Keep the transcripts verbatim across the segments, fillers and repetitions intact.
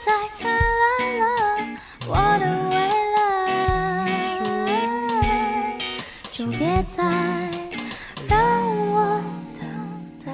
再灿烂了，我的未来，就别再让我等待。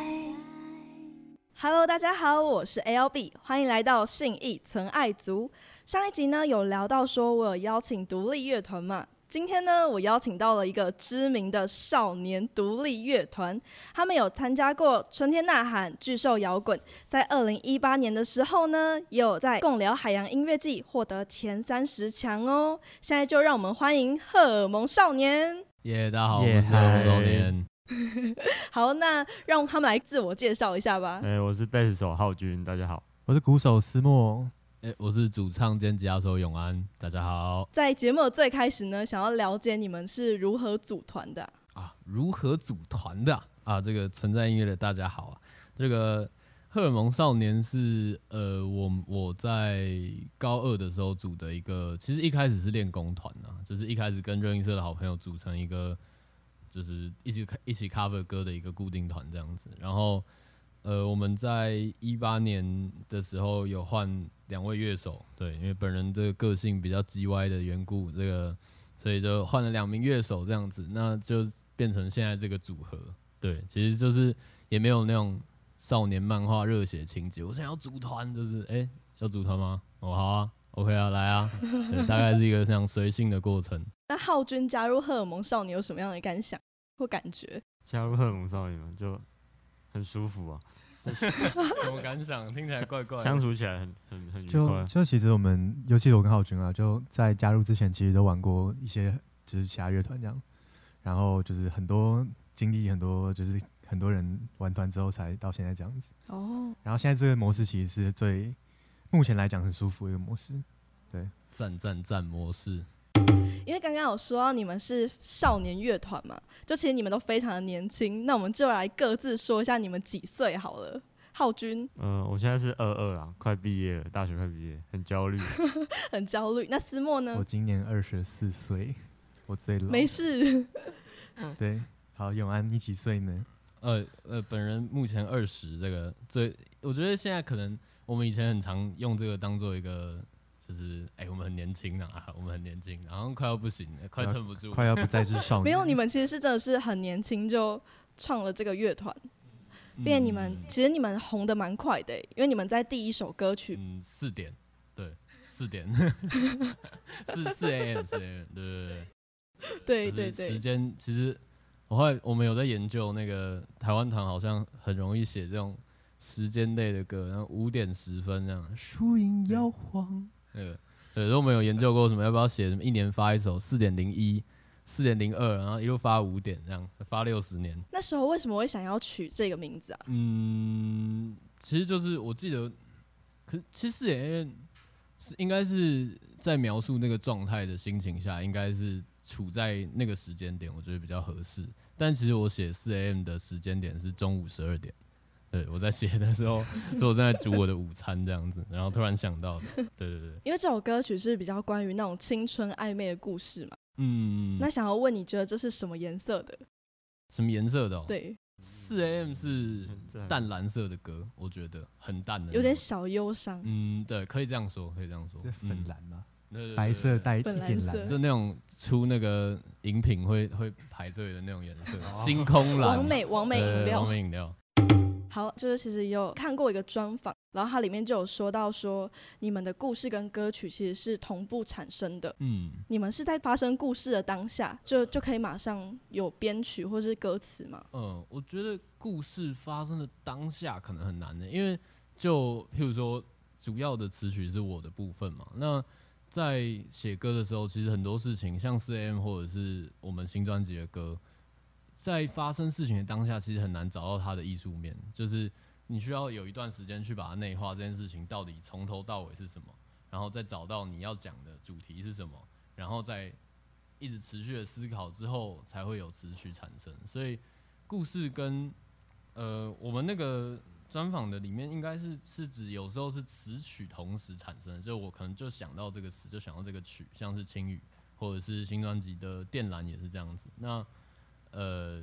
Hello， 大家好，我是 A L B， 欢迎来到信义存爱族。上一集呢有聊到说我有邀请独立乐团嘛，今天呢我邀请到了一个知名的少年独立乐团，他们有参加过春天呐喊、巨兽摇滚，在二零一八年的时候呢也有在共聊海洋音乐季获得前三十强哦。现在就让我们欢迎荷尔蒙少年。 耶、yeah, 大家好， yeah, 我是荷尔蒙少年。 好，那让他们来自我介绍一下吧。 欸、我是贝斯手浩君，大家好。 我是鼓手思墨。 欸、我是主唱兼吉他手永安，大家好。 在节目的最开始呢，想要了解你们是如何组团的啊, 啊？如何组团的 啊, 啊？这个存在音乐的大家好啊。这个荷尔蒙少年是呃，我我在高二的时候组的一个，其实一开始是练功团啊，就是一开始跟热音社的好朋友组成一个，就是一起一起 cover 歌的一个固定团这样子，然后。呃，我们在一八年的时候有换两位乐手，对，因为本人这个个性比较叽歪的缘故，这个所以就换了两名乐手这样子，那就变成现在这个组合。对，其实就是也没有那种少年漫画热血情节，我想要组团，就是哎、欸、要组团吗？哦好啊 ，OK 啊，来啊，对，大概是一个这样随性的过程。 那浩君加入荷尔蒙少年有什么样的感想或感觉？ 加入荷尔蒙少年就很舒服啊。 什么感想？听起来怪怪的。 相处起来很很很愉快。 就就其实我们，尤其是我跟浩君啊，就在加入之前，其实都玩过一些就是其他乐团这样，然后就是很多经历，很多就是很多人玩团之后才到现在这样子。哦。然后现在这个模式其实是最目前来讲很舒服的一个模式。对。 赞赞赞模式。 因为刚刚有说到你们是少年乐团嘛，就其实你们都非常的年轻，那我们就来各自说一下你们几岁好了。浩君， 嗯、呃，我现在是二二啊，快毕业了，大学快毕业，很焦虑， 很焦虑。那思墨呢？ 我今年二十四岁，我最老。 没事。 对，好，永安你几岁呢？ 呃呃，本人目前二十，这个最，我觉得现在可能我们以前很常用这个当做一个。就是哎、欸，我们很年轻啊，我们很年轻，然后快要不行了，快撑不住了， 快要不再是少年。 没有，你们其实是真的是很年轻就创了这个乐团，并且你们、嗯、其实你们红得蛮快的，因为你们在第一首歌曲， 嗯，四点，对，四点，四四 A M 四 A M， 对对对对， 时间其实我后来我们有在研究那个台湾团好像很容易写这种时间类的歌，然后五点十分这样，树影摇晃。对，对，所以我们有研究过什么，要不要写什么一年发一首四点零一、四点零二，然后一路发五点这样，发六十年。 那时候为什么会想要取这个名字啊？ 嗯，其实就是我记得，可是其实也是应该是在描述那个状态的心情下，应该是处在那个时间点，我觉得比较合适。但其实我写四 A M 的时间点是中午十二点。对，我在写的时候，所以我正在煮我的午餐这样子，然后突然想到的，对对对。 因为这首歌曲是比较关于那种青春暧昧的故事嘛。嗯。那想要问你觉得这是什么颜色的？ 什么颜色的哦？ 对。 四 A M 是淡蓝色的歌，我觉得很淡的， 有点小忧伤。 嗯，对，可以这样说，可以这样说。 是粉蓝吗？ 嗯、对对对对白色带一点蓝， 就那种出那个饮品会会排队的那种颜色，哦、星空蓝。 完美完美饮料。 完美饮料。 好，就是其实有看过一个专访，然后它里面就有说到说，你们的故事跟歌曲其实是同步产生的。嗯，你们是在发生故事的当下，就就可以马上有编曲或是歌词吗？ 嗯，我觉得故事发生的当下可能很难的，因为就譬如说，主要的词曲是我的部分嘛。那在写歌的时候，其实很多事情，像四 A M 或者是我们新专辑的歌。在发生事情的当下，其实很难找到它的艺术面，就是你需要有一段时间去把它内化，这件事情到底从头到尾是什么，然后再找到你要讲的主题是什么，然后再一直持续的思考之后，才会有词曲产生。所以故事跟呃我们那个专访的里面，应该是是指有时候是词曲同时产生的，就我可能就想到这个词，就想到这个曲，像是青雨或者是新专辑的靛蓝也是这样子。那呃，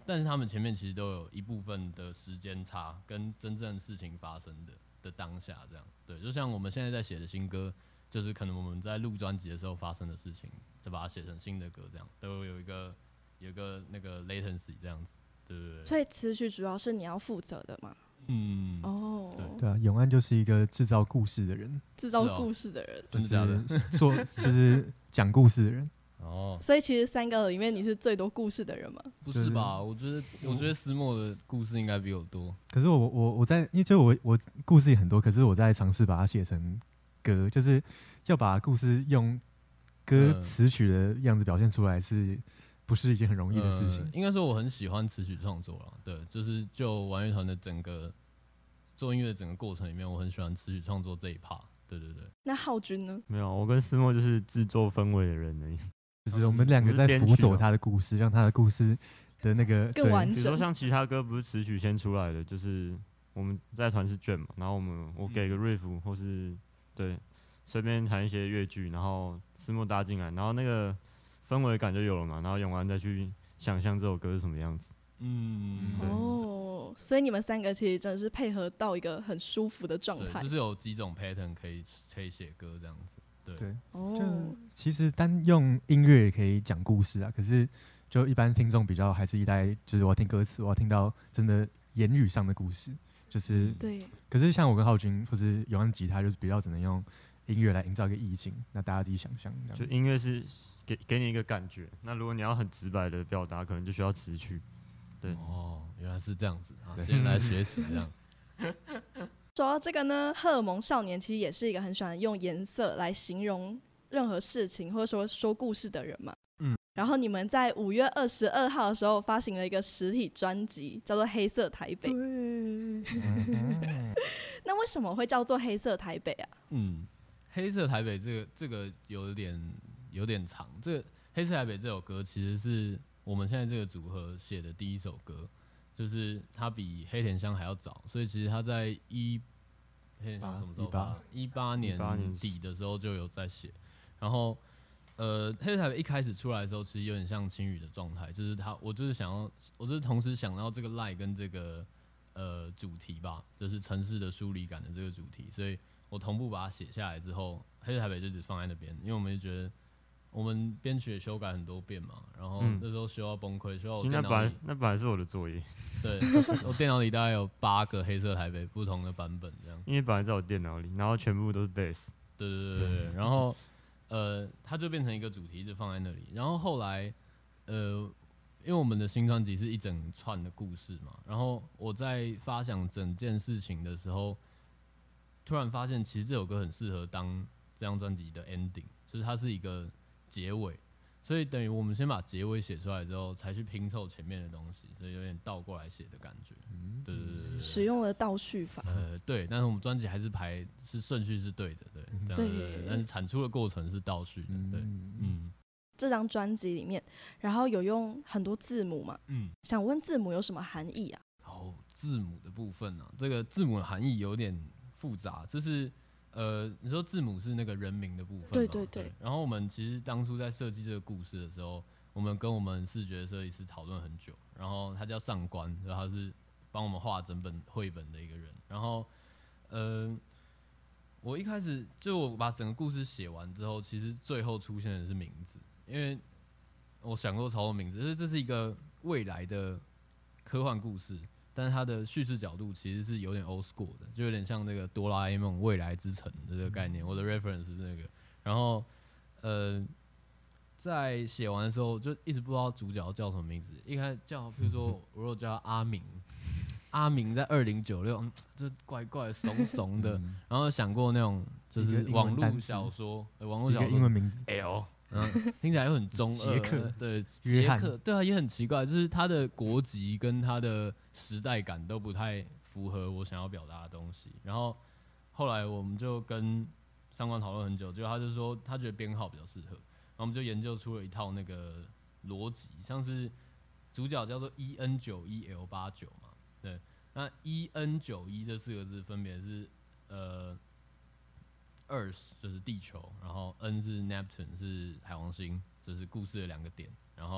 但是他们前面其实都有一部分的时间差跟真正事情发生的的当下这样。对，就像我们现在在写的新歌，就是可能我们在录专辑的时候发生的事情，再把它写成新的歌，这样都有一个有一个那个 latency 这样子。对对对。 所以词曲主要是你要负责的嘛？ 嗯， 哦， 对啊，永安就是一个制造故事的人， 制造故事的人。 真的假的？ 就是做就是讲故事的人。 哦， 所以其实三个里面你是最多故事的人吗？ 不是吧？我觉得我觉得思墨的故事应该比我多。 可是我我我在，因为就我我故事也很多，可是我在尝试把它写成歌，就是要把故事用歌词曲的样子表现出来，是不是一件很容易的事情？ 呃、应该说我很喜欢词曲创作啦，对，就是就玩乐团的整个做音乐的整个过程里面，我很喜欢词曲创作这一 part。对对对。 那浩君呢？ 没有，我跟思墨就是制作氛围的人而已。 就是我们两个在辅佐他的故事，让他的故事的那个更完整。 比如说像其他歌不是词曲先出来的，就是我们在团是卷嘛，然后我们我给个 riff 或是对随便弹一些乐句，然后思墨搭进来，然后那个氛围感就有了嘛，然后永安再去想象这首歌是什么样子。 嗯， 对哦，所以你们三个其实真的是配合到一个很舒服的状态， 就是有几种 pattern 可以可以写歌这样子。对， 对， 哦， 就其实单用音乐也可以讲故事啊。可是就一般听众比较还是依赖，就是我要听歌词，我要听到真的言语上的故事。就是对。 可是像我跟浩君或是永安吉他，就是比较只能用音乐来营造一个意境，那大家自己想象。 就音乐是给给你一个感觉，那如果你要很直白的表达，可能就需要词曲。对， 哦，原来是这样子啊，今天来学习这样。 说到这个呢，荷尔蒙少年其实也是一个很喜欢用颜色来形容任何事情或者说说故事的人嘛。 嗯。 然后你们在五月二十二号的时候发行了一个实体专辑，叫做《黑色台北》。 对。 那为什么会叫做黑色台北啊？ 嗯，黑色台北这个这个有点有点长。这个黑色台北这首歌其实是我们现在这个组合写的第一首歌。就是它比黑甜香还要早，所以其实它在一黑甜香什么时候发？一八年底的时候就有在写。然后，呃，黑台北一开始出来的时候，其实有点像青雨的状态，就是他，我就是想要，我就是同时想到这个赖跟这个呃主题吧，就是城市的疏离感的这个主题，所以我同步把它写下来之后，黑台北就只放在那边，因为我们就觉得。我们编曲也修改很多遍嘛，然后那时候修到崩溃，修到我电脑里。 那本来是我的作业。 对，我电脑里大概有八个黑色台北不同的版本这样。 因为本来在我电脑里，然后全部都是 bass。 对对对对，然后呃，它就变成一个主题，一直放在那里。然后后来呃，因为我们的新专辑是一整串的故事嘛，然后我在发想整件事情的时候，突然发现其实这首歌很适合当这张专辑的 ending， 就是它是一个。结尾，所以等于我们先把结尾写出来之后，才去拼凑前面的东西，所以有点倒过来写的感觉。嗯，对对对对， 使用了倒叙法。 呃，对，但是我们专辑还是排是顺序是对的，对，这样对对对，但是产出的过程是倒叙的，对，嗯。 这张专辑里面，然后有用很多字母嘛，嗯，想问字母有什么含义啊？ 哦，字母的部分啊，这个字母的含义有点复杂，就是。呃，你说字母是那个人名的部分嘛？ 对对对。 对然后我们其实当初在设计这个故事的时候，我们跟我们视觉设计师讨论很久。然后他叫上官，然后他是帮我们画整本绘本的一个人。然后，呃，我一开始就我把整个故事写完之后，其实最后出现的是名字，因为我想过超多名字，就是这是一个未来的科幻故事。但是它的叙事角度其实是有点 old school 的，就有点像那个哆啦 A 梦未来之城的这个概念。我的 reference 是那个，然后呃，在写完的时候就一直不知道主角叫什么名字。一开始叫，比如说我如果叫阿明，阿明在二零九六，就怪怪怂怂的。然后想过那种就是网络小说，网络小说英文名字 L。嗯，听起来又很中二， 杰克对，杰克，对啊，也很奇怪，就是他的国籍跟他的时代感都不太符合我想要表达的东西。然后后来我们就跟上官讨论很久，就他就说他觉得编号比较适合，然后我们就研究出了一套那个逻辑，像是主角叫做 E N 九一 L 八九嘛，对，那 E N 九一这四个字分别是呃。Earth 就是地球，然后 N 是 Neptune 是海王星，这是故事的两个点。然后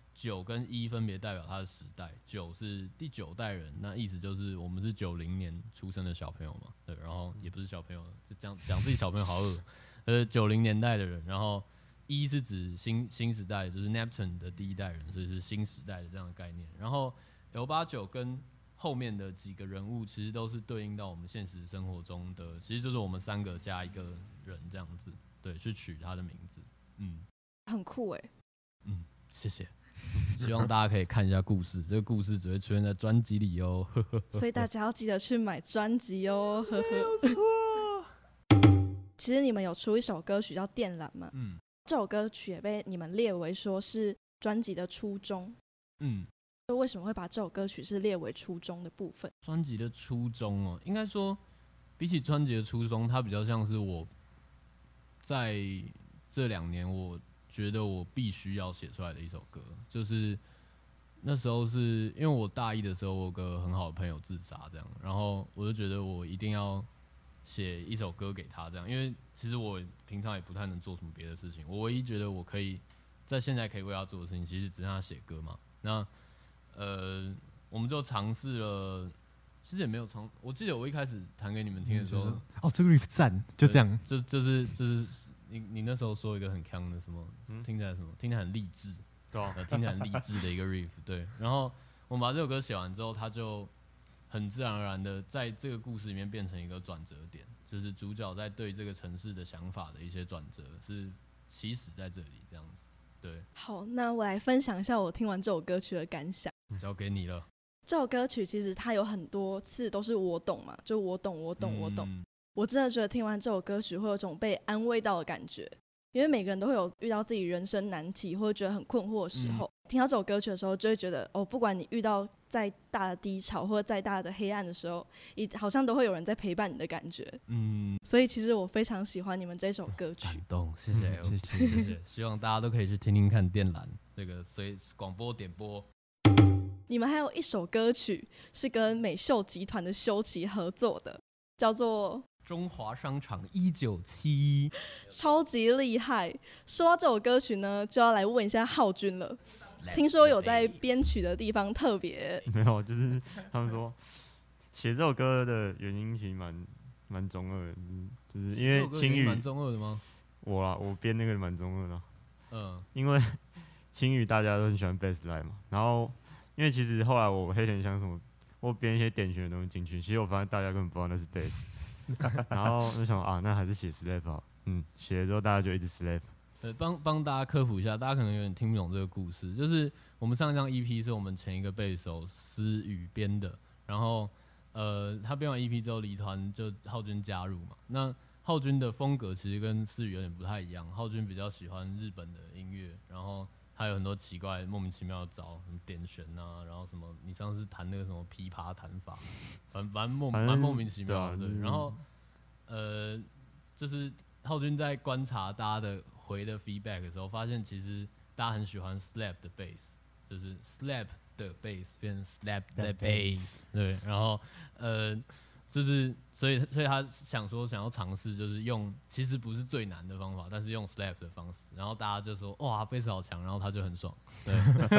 九跟一分别代表他的时代，九是第九代人，那意思就是我们是九零年出生的小朋友嘛，对，然后也不是小朋友，就讲讲自己小朋友好恶，呃，九零年代的人，然后一是指新新时代，就是 Neptune 的第一代人，所以是新时代的这样的概念，然后 L 八九跟后面的几个人物其实都是对应到我们现实生活中的，其实就是我们三个加一个人这样子，对，去取他的名字，嗯， 很酷哎。 嗯，谢谢。希望大家可以看一下故事，这个故事只会出现在专辑里哦。 所以大家要记得去买专辑哦。呵呵。其实你们有出一首歌曲叫《电缆》嘛？ 嗯， 这首歌曲也被你们列为说是专辑的初衷。 嗯， 就为什么会把这首歌曲是列为初衷的部分？ 专辑的初衷哦，应该说比起专辑的初衷，它比较像是我在这两年我觉得我必须要写出来的一首歌，就是那时候是因为我大一的时候，我有个很好的朋友自杀，这样，然后我就觉得我一定要写一首歌给他，这样，因为其实我平常也不太能做什么别的事情，我唯一觉得我可以在现在可以为他做的事情，其实只剩他写歌嘛。那呃，我们就尝试了，其实也没有尝，我记得我一开始弹给你们听的时候， 嗯、哦，这个 riff 赞，就这样， 就就是就是。你你那时候说一个很强的什么，嗯、听起来什么，听起来很励志， 对、啊， 听起来很励志的一个 riff， 对。然后我们把这首歌写完之后，它就很自然而然的在这个故事里面变成一个转折点，就是主角在对这个城市的想法的一些转折，是起始在这里这样子，对。 好，那我来分享一下我听完这首歌曲的感想。 交给你了。 这首歌曲其实它有很多次都是我懂嘛，就我懂，我懂，我懂。 嗯我真的觉得听完这首歌曲会有种被安慰到的感觉，因为每个人都会有遇到自己人生难题或者觉得很困惑的时候，嗯、听到这首歌曲的时候就会觉得哦，不管你遇到再大的低潮或者再大的黑暗的时候，好像都会有人在陪伴你的感觉。嗯，所以其实我非常喜欢你们这首歌曲。 感动，谢谢，嗯、谢谢，谢谢。希望大家都可以去听听看电缆这个随广播点播。 你们还有一首歌曲是跟美秀集团的修齐合作的，叫做中华商场一九七一， 超级厉害。说到这首歌曲呢，就要来问一下浩君了。听说有在编曲的地方特别没有，就是他们说写这首歌的原因其实蛮蛮中二的，就是因为青宇蛮中二的吗？ 我啊，我编那个蛮中二的。 嗯， 因为青宇大家都很喜欢 bass line 嘛，然后因为其实后来我黑田香什么，我编一些点弦的东西进去，其实我发现大家根本不知道那是 bass。然后就想啊，那还是写 slap 好，嗯，写了之后大家就一直 slap。 对，帮帮大家科普一下，大家可能有点听不懂这个故事。就是我们上一张 E P 是我们前一个贝斯手思雨编的，然后呃，他编完 E P 之后离团，就浩君加入嘛。那浩君的风格其实跟思雨有点不太一样，浩君比较喜欢日本的音乐，然后还有很多奇怪莫名其妙的招，什么点弦啊，然后什么你上次弹那个什么琵琶弹法，反反正莫蛮莫名其妙的。对，然后呃，就是浩君在观察大家的回的 feedback 的时候，发现其实大家很喜欢 slap 的 bass， 就是 slap 的 bass 变成 slap 的 bass， 对，然后呃。就是所以所以他想说想要尝试，就是用其实不是最难的方法，但是用 slap 的方式，然后大家就说哇贝斯好强，然后他就很爽。对，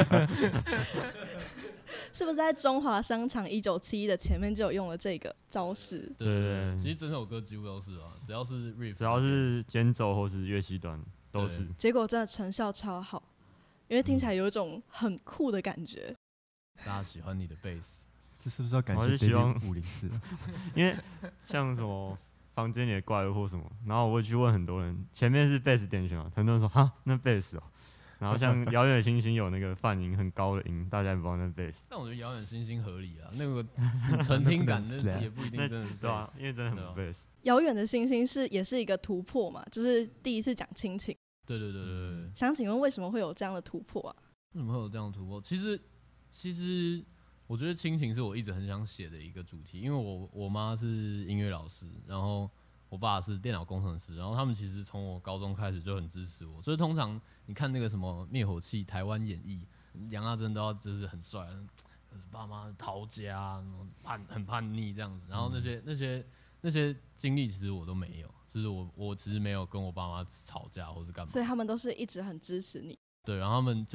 是不是在中华商场一九七一的前面就有用了这个招式？ 对对对，其实整首歌几乎都是啊，只要是 riff， 只要是间奏或是乐器端都是。 结果真的成效超好，因为听起来有一种很酷的感觉。 大家喜欢你的贝斯。 这是不是要感谢？ 我是希望五零四， 因为像什么房间里的怪物或什么，然后我会去问很多人，前面是贝斯点弦嘛，很多人说哈那贝斯哦，然后像遥远的星星有那个泛音很高的音，大家也不知道那贝斯。 但我觉得遥远星星合理啊，那个纯听感那也不一定真的对啊，因为真的很贝斯。 遥远的星星是也是一个突破嘛，就是第一次讲亲情。 对对对对对。 想请问为什么会有这样的突破啊？ 为什么会有这样的突破？其实其实。我觉得亲情是我一直很想写的一个主题，因为我我妈是音乐老师，然后我爸是电脑工程师，然后他们其实从我高中开始就很支持我，所以通常你看那个什么灭火器、台湾演义，杨亚珍都要就是很帅，爸妈逃家，叛很叛逆这样子，然后那些、嗯、那些那些经历其实我都没有，就是我我其实没有跟我爸妈吵架或是干嘛， 所以他们都是一直很支持你。 对，然后他们就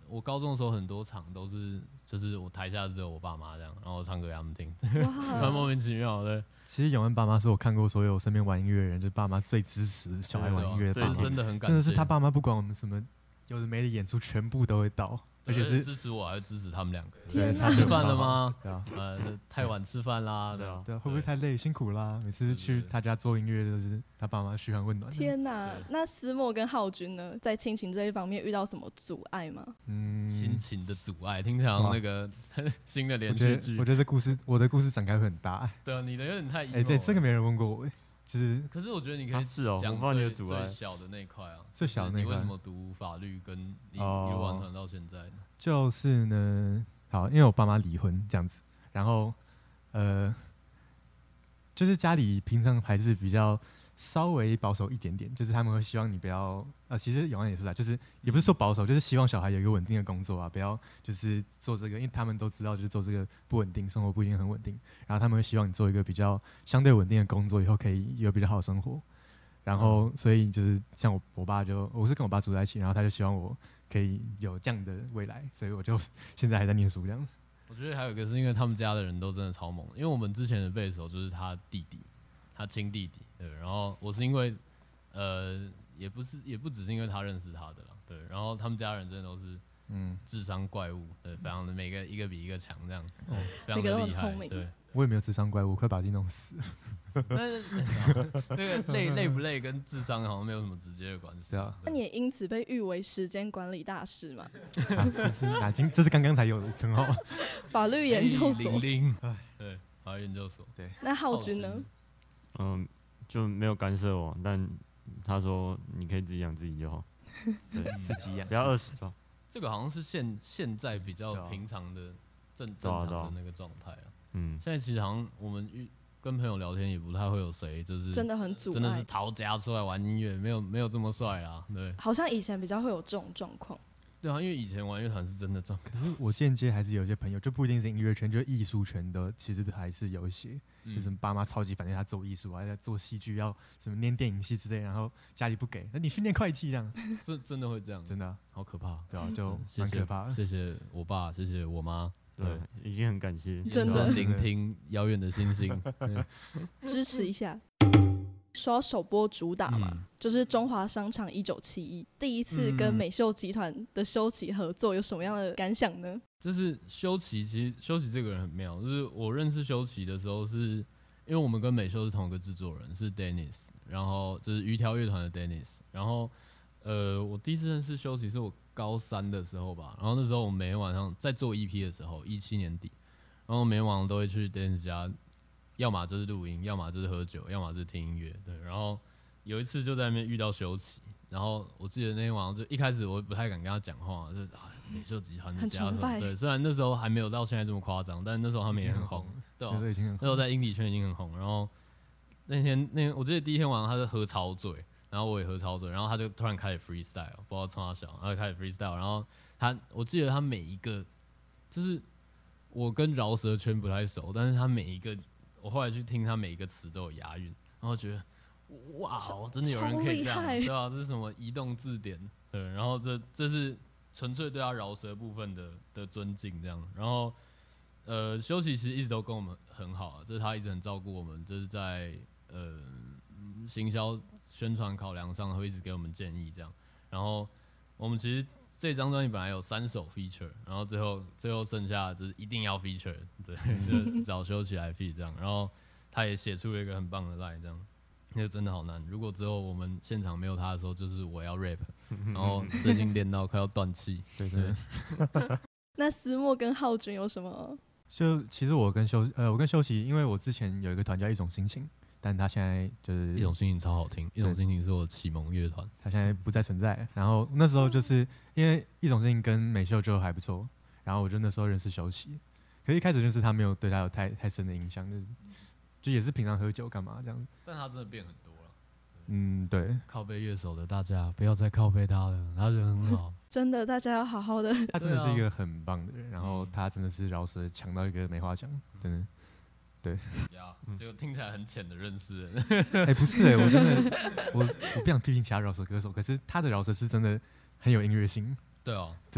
我高中的时候很多场都是，就是我台下只有我爸妈这样，然后唱歌给他们听，蛮哇， 莫名其妙的。 其实永恩爸妈是我看过所有身边玩音乐的人，就是爸妈最支持小孩玩音乐的这爸妈， 真的很感谢， 真的是他爸妈不管我们什么有的没的演出，全部都会到，而且是支持我，还是支持他们两个。 对天哪他吃饭了吗？ 对啊， 呃，太晚吃饭啦， 对啊对啊，会不会太累辛苦啦？每次去他家做音乐都是他爸妈嘘寒问暖。 天哪对！ 那思墨跟浩君呢，在亲情这一方面遇到什么阻碍吗？ 嗯， 亲情的阻碍，听起来好像那个新的我连续剧觉得我。觉得这故事我的故事展开会很大。 对啊，你的有点太 emo 哎，对， 了这个没人问过我，就是可是我觉得你可以啊是哦讲我不知道你的最阻碍最小的那一块啊， 最小的那一块就是你为什么读法律，跟你一哦路玩团到现在呢？ 就是呢，好，因为我爸妈离婚这样子，然后呃，就是家里平常还是比较稍微保守一点点，就是他们会希望你不要，呃，其实永安也是啊，就是也不是说保守，就是希望小孩有一个稳定的工作啊，不要就是做这个，因为他们都知道就是做这个不稳定，生活不一定很稳定，然后他们会希望你做一个比较相对稳定的工作，以后可以有比较好的生活。然后，所以就是像我我爸就，我是跟我爸住在一起，然后他就希望我可以有这样的未来，所以我就现在还在念书这样。 我觉得还有一个是因为他们家的人都真的超猛，因为我们之前的贝斯手就是他弟弟，他亲弟弟，对。然后我是因为，呃，也不是也不只是因为他认识他的啦，对。然后他们家人真的都是嗯， 智商怪物，对，非常的每个一个比一个强这样， 哦非常每个都的厉害， 很聪明对。 我也没有智商怪物，我快把自己弄死了。 但是那个累累不累跟智商好像没有什么直接的关系。 对啊那你也因此被誉为时间管理大师嘛？ 啊、这是哪今这是刚刚才有的称号。 法律研究所。 零零，对，法律研究所。 那浩君呢？ 嗯，就没有干涉我，但他说你可以自己养自己就好，对， 自己养不要饿死就好。 这个好像是现现在比较对啊平常的正对啊对啊正常的那个状态啊。 嗯， 现在其实好像我们遇跟朋友聊天也不太会有谁就是真的很阻真的是碍， 逃家出来玩音乐，没有没有这么帅啦，对好像以前比较会有这种状况。 对啊，因为以前玩乐团是真的赚， 可是我间接还是有一些朋友，就不一定是音乐圈，就艺术圈的，其实还是有一些， 嗯就是爸妈超级反对他做艺术，还在做戏剧，要什么念电影系之类，然后家里不给，那你去念会计这样， 真真的会这样， 真的啊、 好可怕。 对啊，就嗯谢谢蛮可怕的。 谢谢我爸，谢谢我妈， 对，已经很感谢。 真的也是聆听遥远的星星。对支持一下。说到首播主打嘛， 嗯就是中华商场一九七一，第一次跟嗯美秀集团的修齐合作，有什么样的感想呢？ 就是修齐，其实修齐这个人很妙。就是我认识修齐的时候是，因为我们跟美秀是同一个制作人，是 Dennis， 然后就是鱼条乐团的 Dennis。然后呃，我第一次认识修齐是我高三的时候吧。然后那时候我每天晚上在做 E P 的时候，一七年底，然后每天晚上都会去 Dennis 家，要么就是录音，要么就是喝酒，要么就是听音乐。对，然后有一次就在那边遇到修齐。然后我记得那天晚上就一开始我不太敢跟他讲话，就是啊美秀集团的很家什么， 崇拜对，虽然那时候还没有到现在这么夸张，但那时候他们也很红，对、啊， 对，已经很那时候在indie圈已经很红。然后那天那天我记得第一天晚上他就喝超醉，然后我也喝超醉，然后他就突然开始 freestyle， 不知道冲他小，然后就开始 freestyle， 然后他我记得他每一个就是我跟饶舌圈不太熟，但是他每一个我后来去听他每一个词都有押韵，然后觉得。哇哦，真的有人可以这样， 超厉害对啊，这是什么移动字典？对，然后这这是纯粹对他饶舌部分的的尊敬，这样。然后呃，修齐其实一直都跟我们很好、啊，就是他一直很照顾我们，就是在呃行销宣传考量上会一直给我们建议这样。然后我们其实这张专辑本来有三首 feature， 然后最后最后剩下就是一定要 feature， 对，就找修齐来 feat 这样。然后他也写出了一个很棒的 line 这样。那个真的好难。如果之后我们现场没有他的时候，就是我要 rap， 然后最近练到快要断气。 对对。 那思墨跟浩君有什么？ 就其实我跟修呃，我跟修齐，因为我之前有一个团叫一种心情，但他现在就是一种心情超好听，一种心情是我启蒙乐团， 他现在不再存在。然后那时候就是因为一种心情跟美秀就还不错，然后我就那时候认识修齐，可是一开始认识他没有对他有太太深的印象，就是就也是平常喝酒干嘛这样。 但他真的变很多了。 嗯，对， 靠背乐手的大家不要再靠背他了，他人很好。 真的，大家要好好的。 他真的是一个很棒的人，然后嗯他真的是饶舌强到一个没话讲，真的。 呀，结果听起来很浅的认识人。 哎、欸，不是哎、欸，我真的，我我不想批评其他饶舌歌手，可是他的饶舌是真的很有音乐性， 对哦， 真的。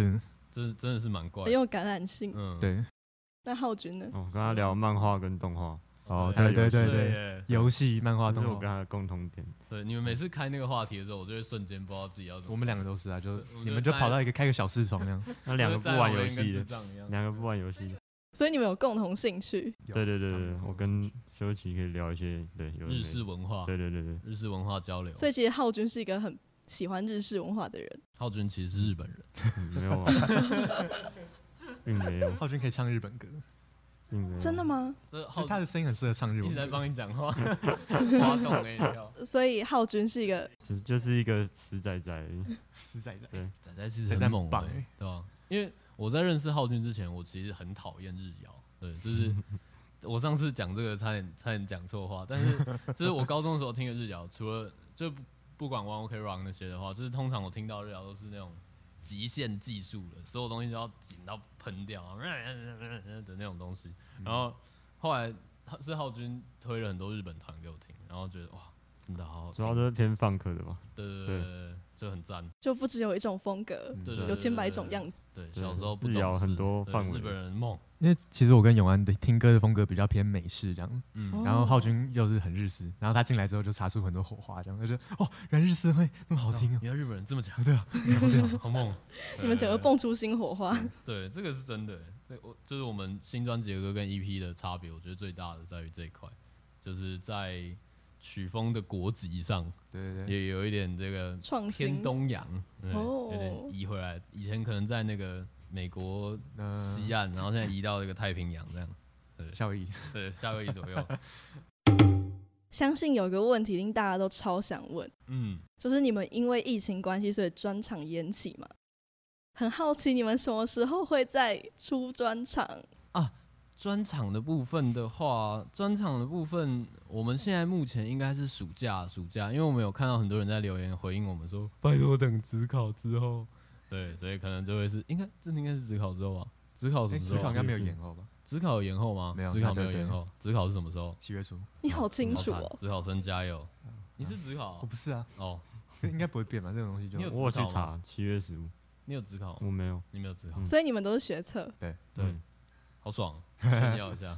这真的是蛮怪的， 很有感染性。 嗯， 对， 那浩君呢？ 哦，跟他聊漫画跟动画， 哦， 对对对对对对， 耶游戏、漫画、 这是动画， 我跟他的共同点。 对，你们每次开那个话题的时候，我就会瞬间不知道自己要怎么。 我们两个都是啊，就我们你们就在跑到一个开个小视窗那样。 那两个不玩游戏跟智的， 障一样。 两个不玩游戏的。 所以你们有共同兴趣。 有对对对对， 他们有我跟修齐可以聊一些对有的没日的式文化， 对对对对， 日式文化交流。 所以其实浩君是一个很喜欢日式文化的人。 浩君其实是日本人， 嗯没有啊，并没有， 浩君可以唱日本歌， 并没有。 真的吗？ 这浩就他的声音很适合唱日一直在文歌。 帮你讲话，滑动给你跳。 所以浩君是一个只就是一个死仔仔而已， 实在的， 仔仔其实仔仔很猛欸很棒欸对吧？因为我在认识浩君之前，我其实很讨厌日谣，对，就是我上次讲这个差点差点讲错话，但是就是我高中的时候听的日谣，除了就不不管 One OK Rock 那些的话，就是通常我听到日谣都是那种极限技术的，所有东西都要紧到喷掉的那种东西。然后后来是浩君推了很多日本团给我听，然后觉得哇，真的好好听， 主要都是偏放克的吧。 对对对对，就很赞。 就不只有一种风格， 嗯对对， 有千百种样子。 对， 对小时候不日懂事谣很多对范围日本人梦， 因为其实我跟永安的听歌的风格比较偏美式这样， 嗯哦然后浩君又是很日式，然后他进来之后就擦出很多火花，这样就觉得哦，原来日式会那么好听哦。 原来日本人这么强， 对啊， 好猛！ 你们整个蹦出新火花。 对，这个是真的。这我就是我们新专辑的歌跟 E P 的差别，我觉得最大的在于这一块，就是在曲风的国籍上对对对， 也有一点这个创新偏东洋，对哦有点移回来。以前可能在那个美国呃， 西岸，然后现在移到这个太平洋这样。 效益， 对，夏威夷左右。 相信有个问题，一定大家都超想问， 嗯， 就是你们因为疫情关系，所以专场延期嘛？很好奇你们什么时候会再出专场？ 专场的部分的话，专场的部分，我们现在目前应该是暑假，暑假，因为我们有看到很多人在留言回应我们说，拜托等指考之后，对，所以可能就会是应该，这应该是指考之后吧？指考什哎， 么时候？ 思考应该没有延后吧？ 指考有延后吗？ 没有指考没对对对有延后，指考是什么时候？ 七月初， 你好清楚好哦惨，指考生加油！你是指考我不是啊， 哦？ 应该不会变吧？这种东西就你有我有去指考吗查七月十五， 你有指考吗？ 我没有。 你没有指考嗯？ 所以你们都是学测。 对对嗯， 好爽，炫耀一下。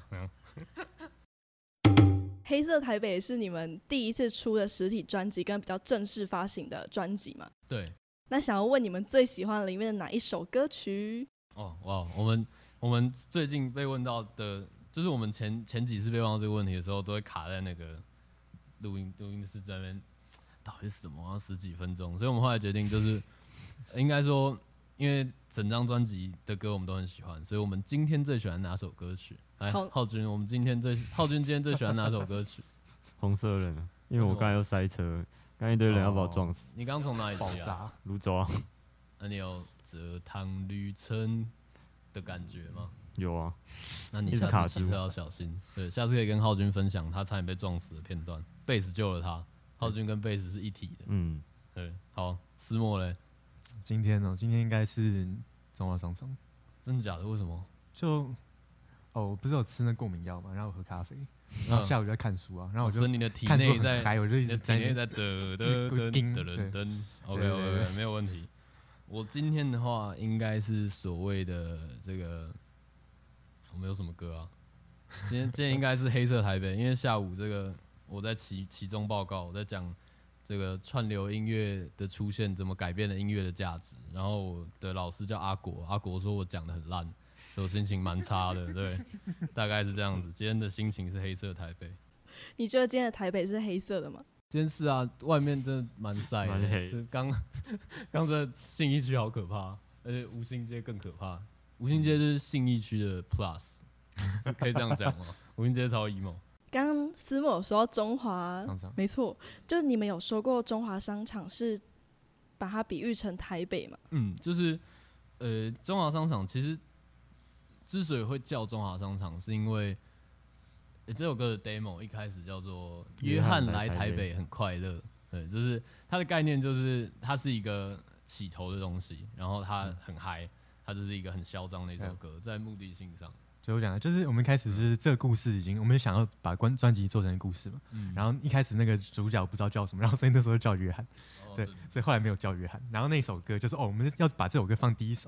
黑色台北是你们第一次出的实体专辑，跟比较正式发行的专辑嘛？ 对， 那想要问你们最喜欢里面的哪一首歌曲？ 哦哇，我们我们最近被问到的，就是我们前前几次被问到这个问题的时候，都会卡在那个录音录音室这边，到底是什么？要十几分钟，所以我们后来决定就是，应该说，因为整张专辑的歌我们都很喜欢，所以我们今天最喜欢哪首歌曲？来， 好浩君，我们今天最浩君今天最喜欢哪首歌曲？ 红色人啊，因为我刚才又塞车，刚一堆人要把我撞死。 你刚从哪里爆骑啊？ 炸， 泸州啊， 那你有这趟旅程的感觉吗？ 有啊， 那你一直卡住下次骑车要小心。对，下次可以跟浩君分享他差点被撞死的片段，贝斯救了他。浩君跟贝斯是一体的。 嗯， 对，好，思墨嘞， 今天呢，今天应该是中华商场， 真的假的？为什么？ 就哦，我不是有吃那过敏药嘛，然后喝咖啡，然后下午就在看书啊，然后我就所以你的体看书内在， 很嗨，我就一你的直在体内在得得得叮得得得。OK 对 OK 对 OK，没有问题。我今天的话，应该是所谓的这个，我们有什么歌啊？今天今天应该是黑色台北，因为下午这个我在期期中报告，我在讲这个串流音乐的出现怎么改变了音乐的价值。然后我的老师叫阿国，阿国说我讲的很烂，所以我心情蛮差的。对，大概是这样子。今天的心情是黑色台北。 你觉得今天的台北是黑色的吗？ 今天是啊，外面真的蛮晒的， 蛮黑就是刚刚这信义区好可怕，而且吴兴街更可怕。吴兴街就是信义区的 Plus， 可以这样讲吗？吴兴街超 emo。 刚刚思墨有说到中华商场， 没错，就是你们有说过中华商场是把它比喻成台北嘛？ 嗯，就是呃，中华商场其实之所以会叫中华商场，是因为、欸、这首歌的 demo 一开始叫做“约翰来台北很快乐”，对，就是它的概念就是它是一个起头的东西，然后它很嗨，它就是一个很嚣张的一首歌，在目的性上。 就我讲的，就是我们一开始就是这个故事已经，我们想要把专专辑做成故事嘛， 嗯然后一开始那个主角不知道叫什么，然后所以那时候就叫约翰， 哦对，所以后来没有叫约翰。然后那首歌就是哦，我们要把这首歌放第一首，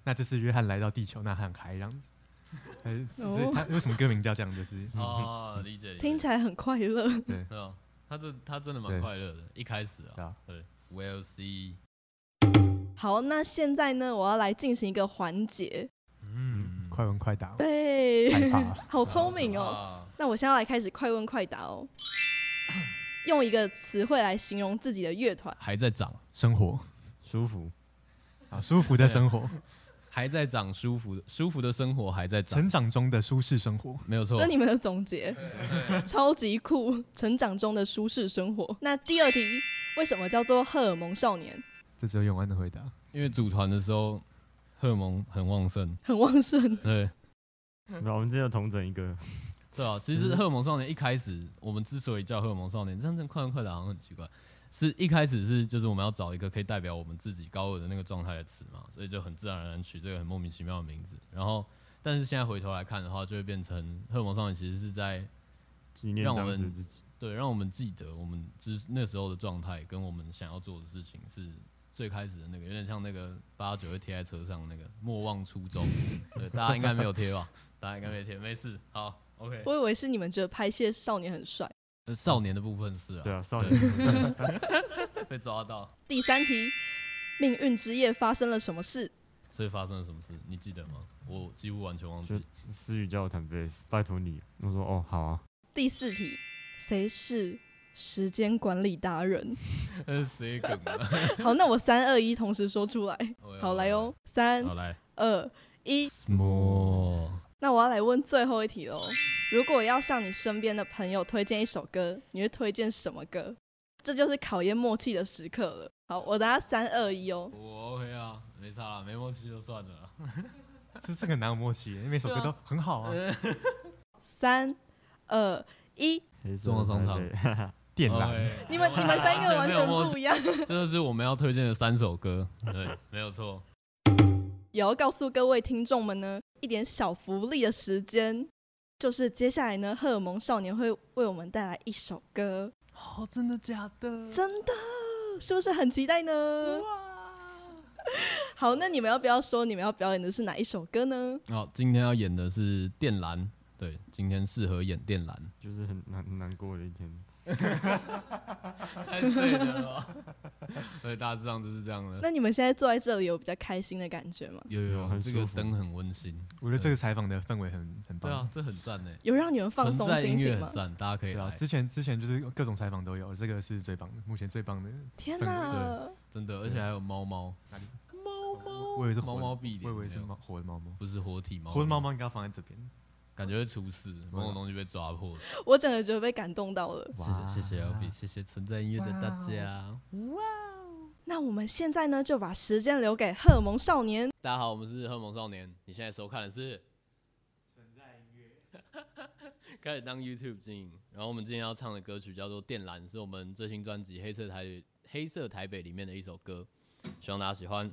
那就是约翰来到地球，那很嗨这样子。所以他为什么歌名叫这样？就是哦，理解，理解听起来很快乐。 对， 对啊，他这他真的蛮快乐的，一开始啊，对 ，We'll see。 好，那现在呢，我要来进行一个环节。 嗯， 快问快答。 对， 害怕了好聪明哦。 啊那我现在要来开始快问快答哦，用一个词汇来形容自己的乐团。 还在长， 生活舒服， 啊，舒服的生活， 还在长，舒服的舒服的生活还在长， 成长中的舒适生活。 没有错那。你们的总结超级酷，成长中的舒适生活。那第二题，为什么叫做荷尔蒙少年？ 这只有永安的回答。 因为组团的时候荷尔蒙很旺盛， 很旺盛。 对然后我们这有同整一个， 对啊。其实荷尔蒙少年一开始，我们之所以叫荷尔蒙少年，真正快问快答好像很奇怪。是一开始是就是我们要找一个可以代表我们自己高二的那个状态的词嘛，所以就很自然而然取这个很莫名其妙的名字。然后，但是现在回头来看的话，就会变成荷尔蒙少年其实是在纪念当让我们时自己。 对让我们记得我们之那时候的状态跟我们想要做的事情是最开始的那个，有点像那个八九会贴在车上那个莫忘初衷。对，大家应该没有贴吧？大家应该没贴，没事。好 ，OK。 我以为是你们觉得拍戏少年很帅。 呃少年的部分是啊， 对啊，少年被抓到。 第三题，命运之夜发生了什么事？ 所以发生了什么事？你记得吗？我几乎完全忘就记。 思雨叫我弹贝斯，拜托你。我说哦，好啊。 第四题，谁是时间管理达人？ 那是谁梗啊？ 好，那我三二一同时说出来。好，来哦，三好来。 二一。 Small。 那我要来问最后一题喽。如果要向你身边的朋友推荐一首歌，你会推荐什么歌？这就是考验默契的时刻了。好，我等下三二一哦。 我 OK 啊，没差啦，没默契就算了啦。 这这个哪有默契？因为每首歌都很好啊。 三二一， 中国商场电缆。 你们你们三个完全不一样。 这就是我们要推荐的三首歌，对，没有错。 也要告诉各位听众们呢，一点小福利的时间，就是接下来呢，荷尔蒙少年会为我们带来一首歌。 哦，真的假的？ 真的，是不是很期待呢？好，那你们要不要说你们要表演的是哪一首歌呢？ 好，今天要演的是电缆，对，今天适合演电缆， 就是很难很难过的一天。 太碎了吧？对，大致上就是这样的。 那你们现在坐在这里有比较开心的感觉吗？ 有有有， 很这个舒服灯很温馨。 我觉得这个采访的氛围很很棒。 对啊，这很赞呢。 有让你们放松存在音心情吗乐很？赞，大家可以对啊来，。 之前之前就是各种采访都有，这个是最棒的，目前最棒的。 天氛哪！ 真的，而且还有猫猫， 我以为是活的猫猫闭脸， 我以为是没有猫活的猫猫， 不是活体猫， 活的猫猫应该要放在这边。 感觉会出事，某种东西被抓破。 我整个觉得被感动到了。 谢谢谢谢 L B， 谢谢存在音乐的大家。 那我们现在呢，就把时间留给荷尔蒙少年。 大家好，我们是荷尔蒙少年，你现在收看的是存在音乐，开始当 YouTube 经营。然后我们今天要唱的歌曲叫做《电缆》，是我们最新专辑《黑色台北》黑色台北里面的一首歌，希望大家喜欢。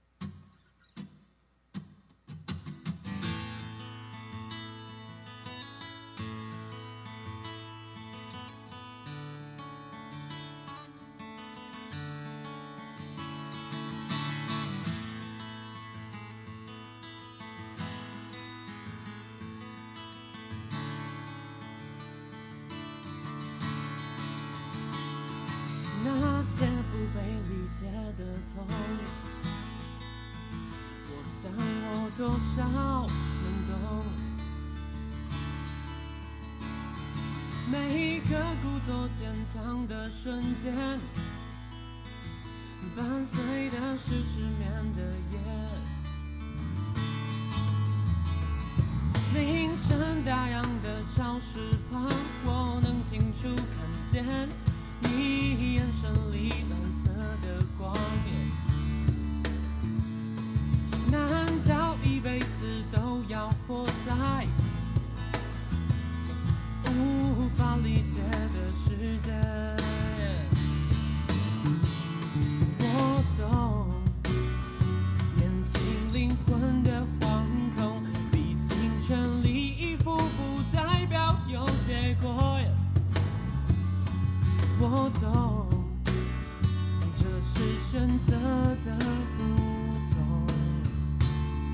那些不被理解的痛，我想我多少能懂。每一个故作坚强的瞬间，伴随的是失眠的夜。凌晨打烊的小时旁，我能清楚看见你眼神里蓝色的光点。难道一辈子都要活在无法理解的世界？我懂年轻灵魂的惶恐，毕竟全力以赴不代表有结果。我懂，这是选择的不同。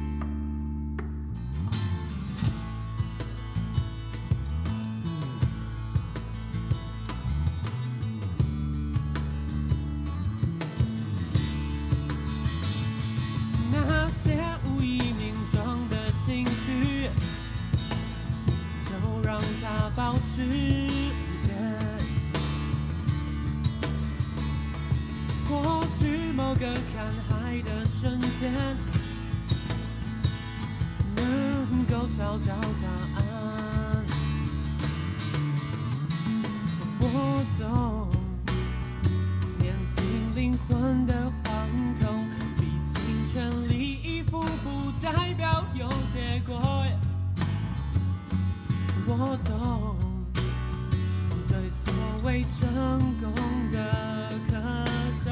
找到答案。我懂年轻灵魂的惶恐，毕竟全力以赴不代表有结果。我懂对所谓成功的渴求。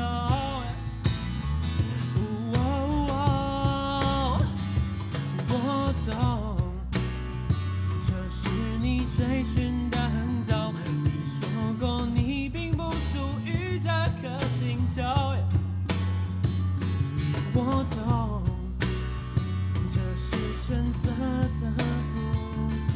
我懂，这是你追寻的很久。你说过你并不属于这颗星球。我懂，这是选择的不同。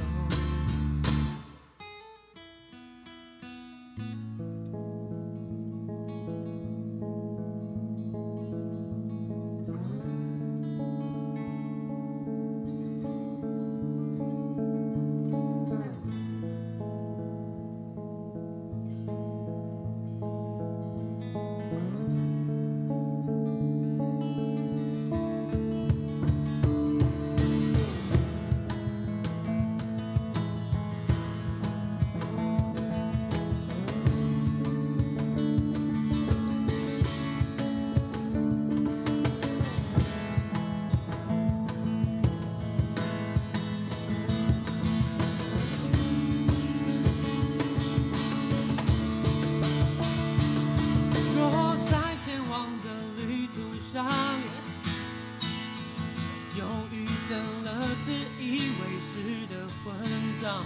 又遇见了自以为是的混账，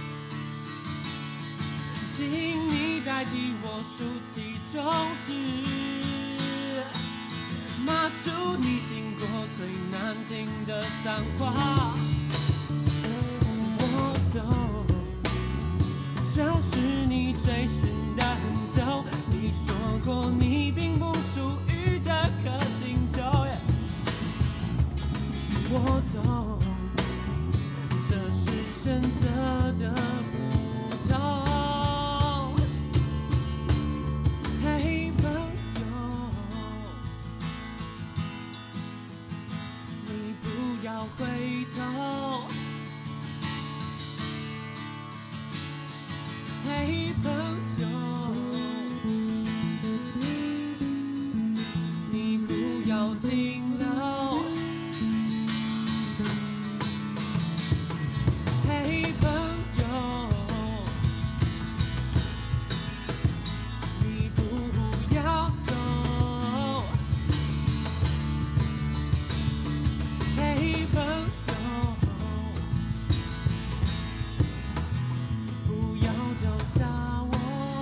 请你代替我竖起中指，骂出你听过最难听的脏话。我懂，这是你追寻的很久，你说过你并不属于这颗星球。我懂，这是选择的不同。嘿，朋友，你不要回头。嘿，朋友，你不要停留。嘿，朋友，你不要走。嘿，朋友，不要丢下我。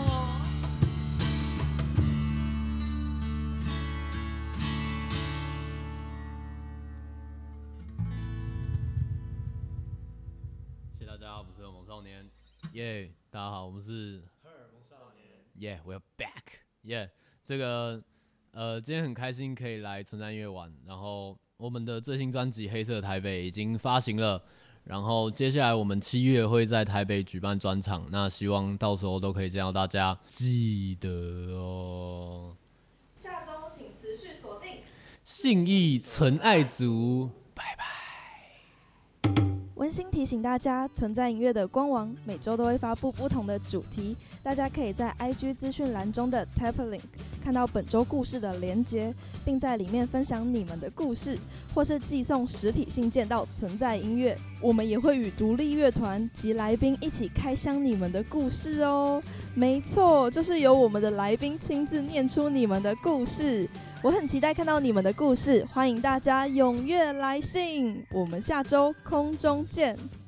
谢谢大家，我们是荷尔蒙少年，耶、yeah, 大家好，我们是荷尔蒙少年，耶、yeah, ，we're back， 耶、yeah, 这个呃，今天很开心可以来存在音乐玩，然后我们的最新专辑《黑色台北》已经发行了，然后接下来我们七月会在台北举办专场，那希望到时候都可以见到大家，记得哦。 下周请持续锁定信义存爱族，拜拜。 温馨提醒大家，存在音乐的官网每周都会发布不同的主题，大家可以在 I G 资讯栏中的 Tap Link 看到本周故事的连结，并在里面分享你们的故事，或是寄送实体信件到存在音乐。我们也会与独立乐团及来宾一起开箱你们的故事哦。没错，就是由我们的来宾亲自念出你们的故事。我很期待看到你们的故事，欢迎大家踊跃来信。我们下周空中见。